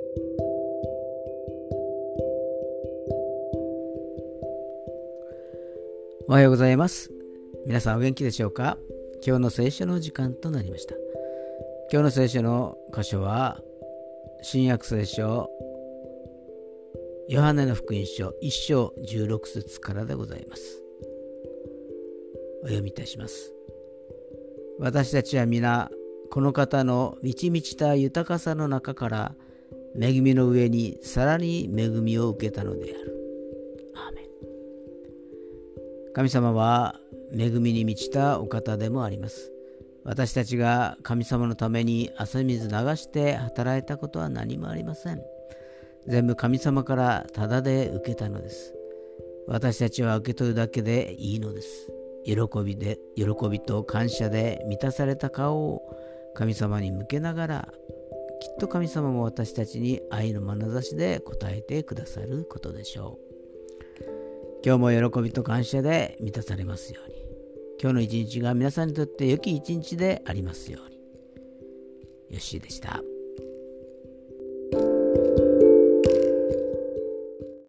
おはようございます。皆さんお元気でしょうか。今日の聖書の時間となりました。今日の聖書の箇所は新約聖書ヨハネの福音書1章16節からでございます。お読みいたします。私たちは皆この方の満ち満ちた豊かさの中から恵みの上にさらに恵みを受けたのである。アーメン。神様は恵みに満ちたお方でもあります。私たちが神様のために汗水流して働いたことは何もありません。全部神様からただで受けたのです。私たちは受け取るだけでいいのです。喜びと感謝で満たされた顔を神様に向けながら、きっと神様も私たちに愛の眼差しで応えてくださることでしょう。今日も喜びと感謝で満たされますように。今日の一日が皆さんにとって良き一日でありますように。よっしーでした。